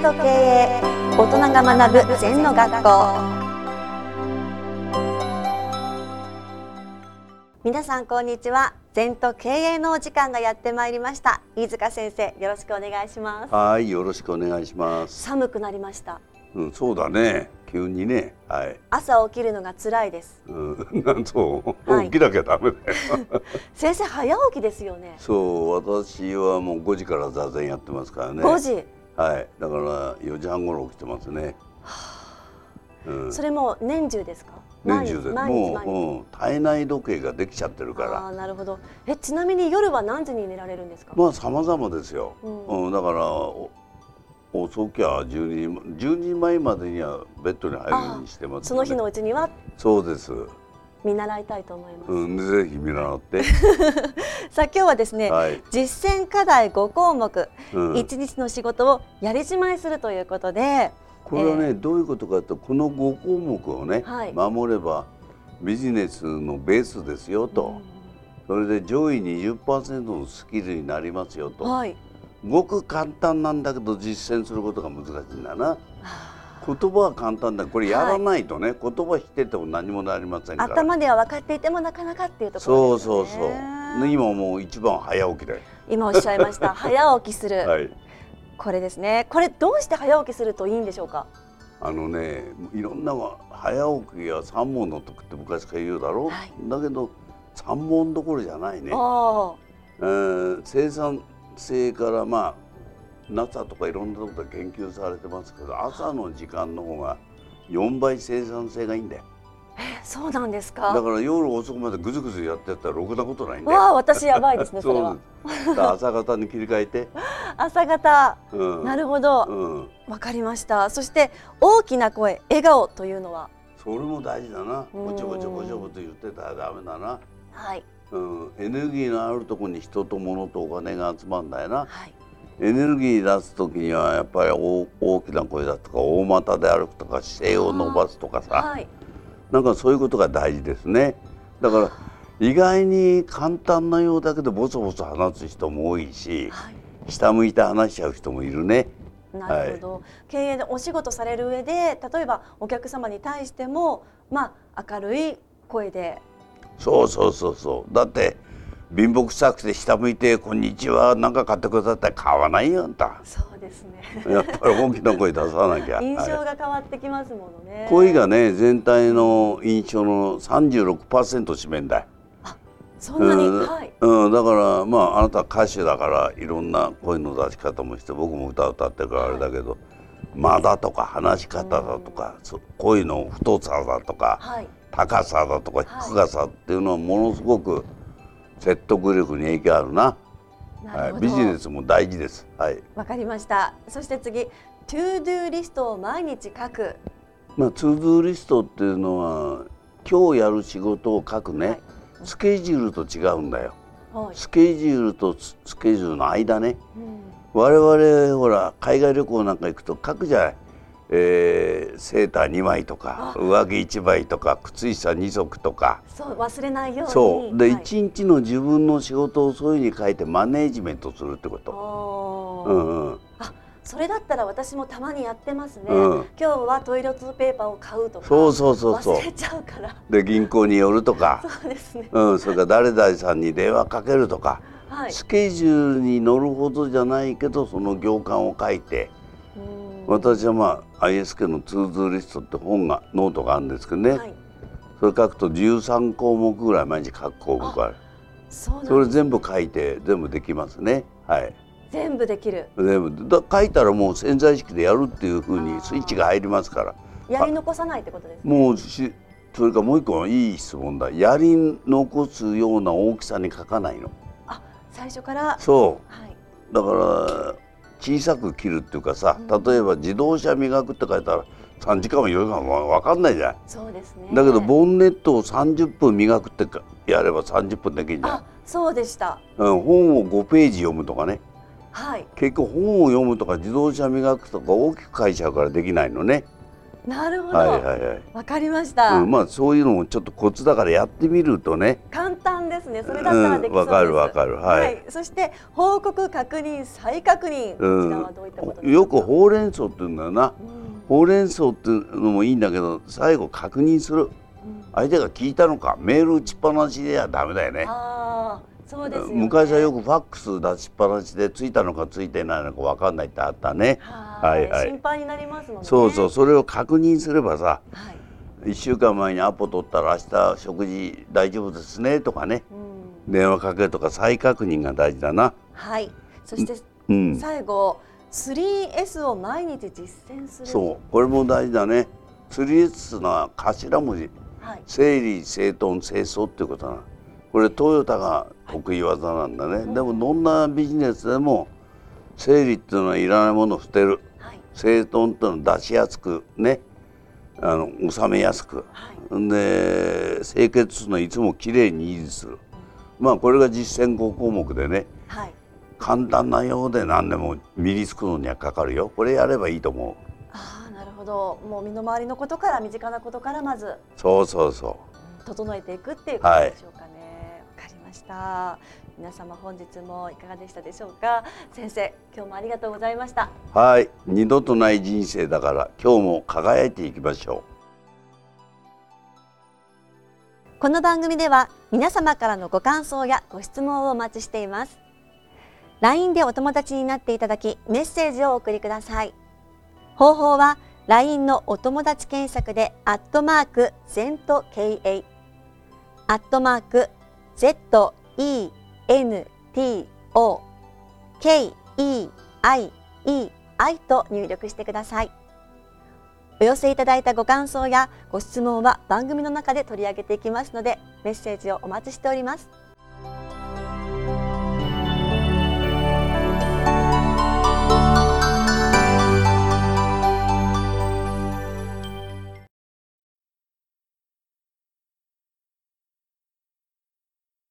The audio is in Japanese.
と経営、大人が学ぶ禅の学校。皆さんこんにちは。禅と経営のお時間がやってまいりました。飯塚先生、よろしくお願いします。 はい、よろしくお願いします。 寒くなりました。 そうだね、急にね、はい。 朝起きるのが辛いです。 なんと、 はい、 起きなきゃダメだよ。 先生、早起きですよね。 そう、私はもう5時から座禅やってますからね。 5時。 はい、だから4時半頃起きてますね。 それも年中ですか？ 年中でもう体内時計ができちゃってるから。 なるほど。ちなみに夜は何時に寝られるんですか？ まあ様々ですよ。だから遅きゃ12時前までにはベッドに入るようにしてます、ね。 その日のうちには。そうです。 見習いたいと思います。 ぜひ見習って。 さあ今日はですね、はい、実践課題5項目、1日の仕事をやりじまいするということで、 これはね、どういうことかと、この5項目をね、はい、守ればビジネスのベースですよと、それで上位 20% のスキルになりますよと、はい、ごく簡単なんだけど実践することが難しいんだな。言葉は簡単だ、これやらないとね、はい、言葉知ってても何もなりませんから。 頭では分かっていてもなかなかっていうところですよね。 そう今もう一番早起きだよ。 今おっしゃいました早起きする、 はい、これですね。これどうして早起きするといいんでしょうか？ いろんな早起きや三問の得って昔から言うだろう、はい、だけど三問どころじゃないね。生産性からNASA とかいろんなところで研究されてますけど、朝の時間の方が4倍生産性がいいんだよ。 そうなんですか？ だから夜遅くまでぐずぐずやってやったらろくなことないんだよ。 私やばいですねそれは。 朝方に切り替えて。 朝方、なるほど、わかりました。そして大きな声、笑顔というのはそれも大事だな。ぼちょぼちょぼちょぼちょ言ってたらダメだな。 はい。 エネルギーのあるところに人と物とお金が集まるんだよな。はい。エネルギー出す時にはやっぱり大きな声だとか大股で歩くとか姿勢を伸ばすとかさ、はい、なんかそういうことが大事ですね。だから意外に簡単なようだけどボソボソ話す人も多いし、はい、下向いて話しちゃう人もいるね。 なるほど、はい、経営でお仕事される上で例えばお客様に対しても明るい声で。 そうだって貧乏くさくて下向いてこんにちはなんか買ってくださったら買わないよあんた。 そうですね。 やっぱり大きな声出さなきゃ。 印象が変わってきますものね。 声がね全体の印象の 36% 占めんだよ。 そんなに、はい。 だからあなたは歌手だからいろんな声の出し方もして僕も歌ってるからあれだけど、間だとか話し方だとか声の太さだとか、はい、高さだとか低さっていうのはものすごく説得力に影響あるな。はい、ビジネスも大事です。はい。 わかりました。そして次、トゥードゥーリストを毎日書く。 トゥードゥーリストっていうのは今日やる仕事を書くね。はい、スケジュールと違うんだよ。はい、スケジュールとスケジュールの間ね。我々ほら海外旅行なんか行くと書くじゃない。セーター2枚とか上着1枚とか靴下2足とか。 そう忘れないように。 そうで、1日の自分の仕事をそういうふうに書いてマネージメントするってこと。 それだったら私もたまにやってますね。今日はトイレットペーパーを買うとか忘れちゃうから。 で銀行に寄るとか。 そうですね。 それから誰々さんに電話かけるとか、はい、スケジュールに乗るほどじゃないけどその行間を書いて。私はISK のトゥードゥーリストってノートがあるんですけどね、はい、それ書くと13項目ぐらい毎日書く項目がある。それ全部書いて全部できますね。はい。 全部できる。 全部書いたらもう潜在意識でやるっていうふうにスイッチが入りますから。 やり残さないってことですね。 もうそれからもう一個いい質問だ。やり残すような大きさに書かないの。 最初から。 そう。はい、だから小さく切るっていうかさ、例えば自動車磨くって書いたら3時間も4時間も分かんないじゃん。 そうですね。 だけどボンネットを30分磨くってやれば30分できるじゃん。 そうでした。 本を5ページ読むとかね。 はい。 結局本を読むとか自動車磨くとか大きく書いちゃうからできないのね。 なるほど、わかりました。 まあそういうのもちょっとコツだからやってみるとね。 簡単ですね。それだったらできそうです。 わかる。はい。 そして報告確認再確認、こちらはどういったことですか？ よくほうれん草って言うんだよな。ほうれん草っていうのもいいんだけど、最後確認する。相手が聞いたのか、メール打ちっぱなしではダメだよね。 そうですよね。 昔はよくファックス出しっぱなしでついたのかついてないのか分かんないってあったね。 心配になりますもんね。 そう、それを確認すればさ、1週間前にアポ取ったら明日食事大丈夫ですねとかね、電話かけるとか再確認が大事だな。 はい。そして最後 3S を毎日実践する。 そう、これも大事だね。3S の頭文字、整理整頓清掃っていうことな。これトヨタが得意技なんだね。でもどんなビジネスでも整理っていうのはいらないものを捨てる、整頓っていうのは出しやすくね、収めやすく、で清潔するのいつもきれいに維持する、まあこれが実践5項目でね、簡単なようで何でも身につくのにはかかるよ。これやればいいと思う。 なるほど。もう身の回りのことから身近なことからまずそう整えていくっていうことでしょうかね。わかりました。皆様本日もいかがでしたでしょうか。先生、今日もありがとうございました。 はい、二度とない人生だから今日も輝いていきましょう。この番組では皆様からのご感想やご質問をお待ちしています。LINE でお友達になっていただきメッセージをお送りください。方法は LINE のお友達検索で@ZENTKEI@ZENTOKEIEI と入力してください。お寄せいただいたご感想やご質問は番組の中で取り上げていきますので、メッセージをお待ちしております。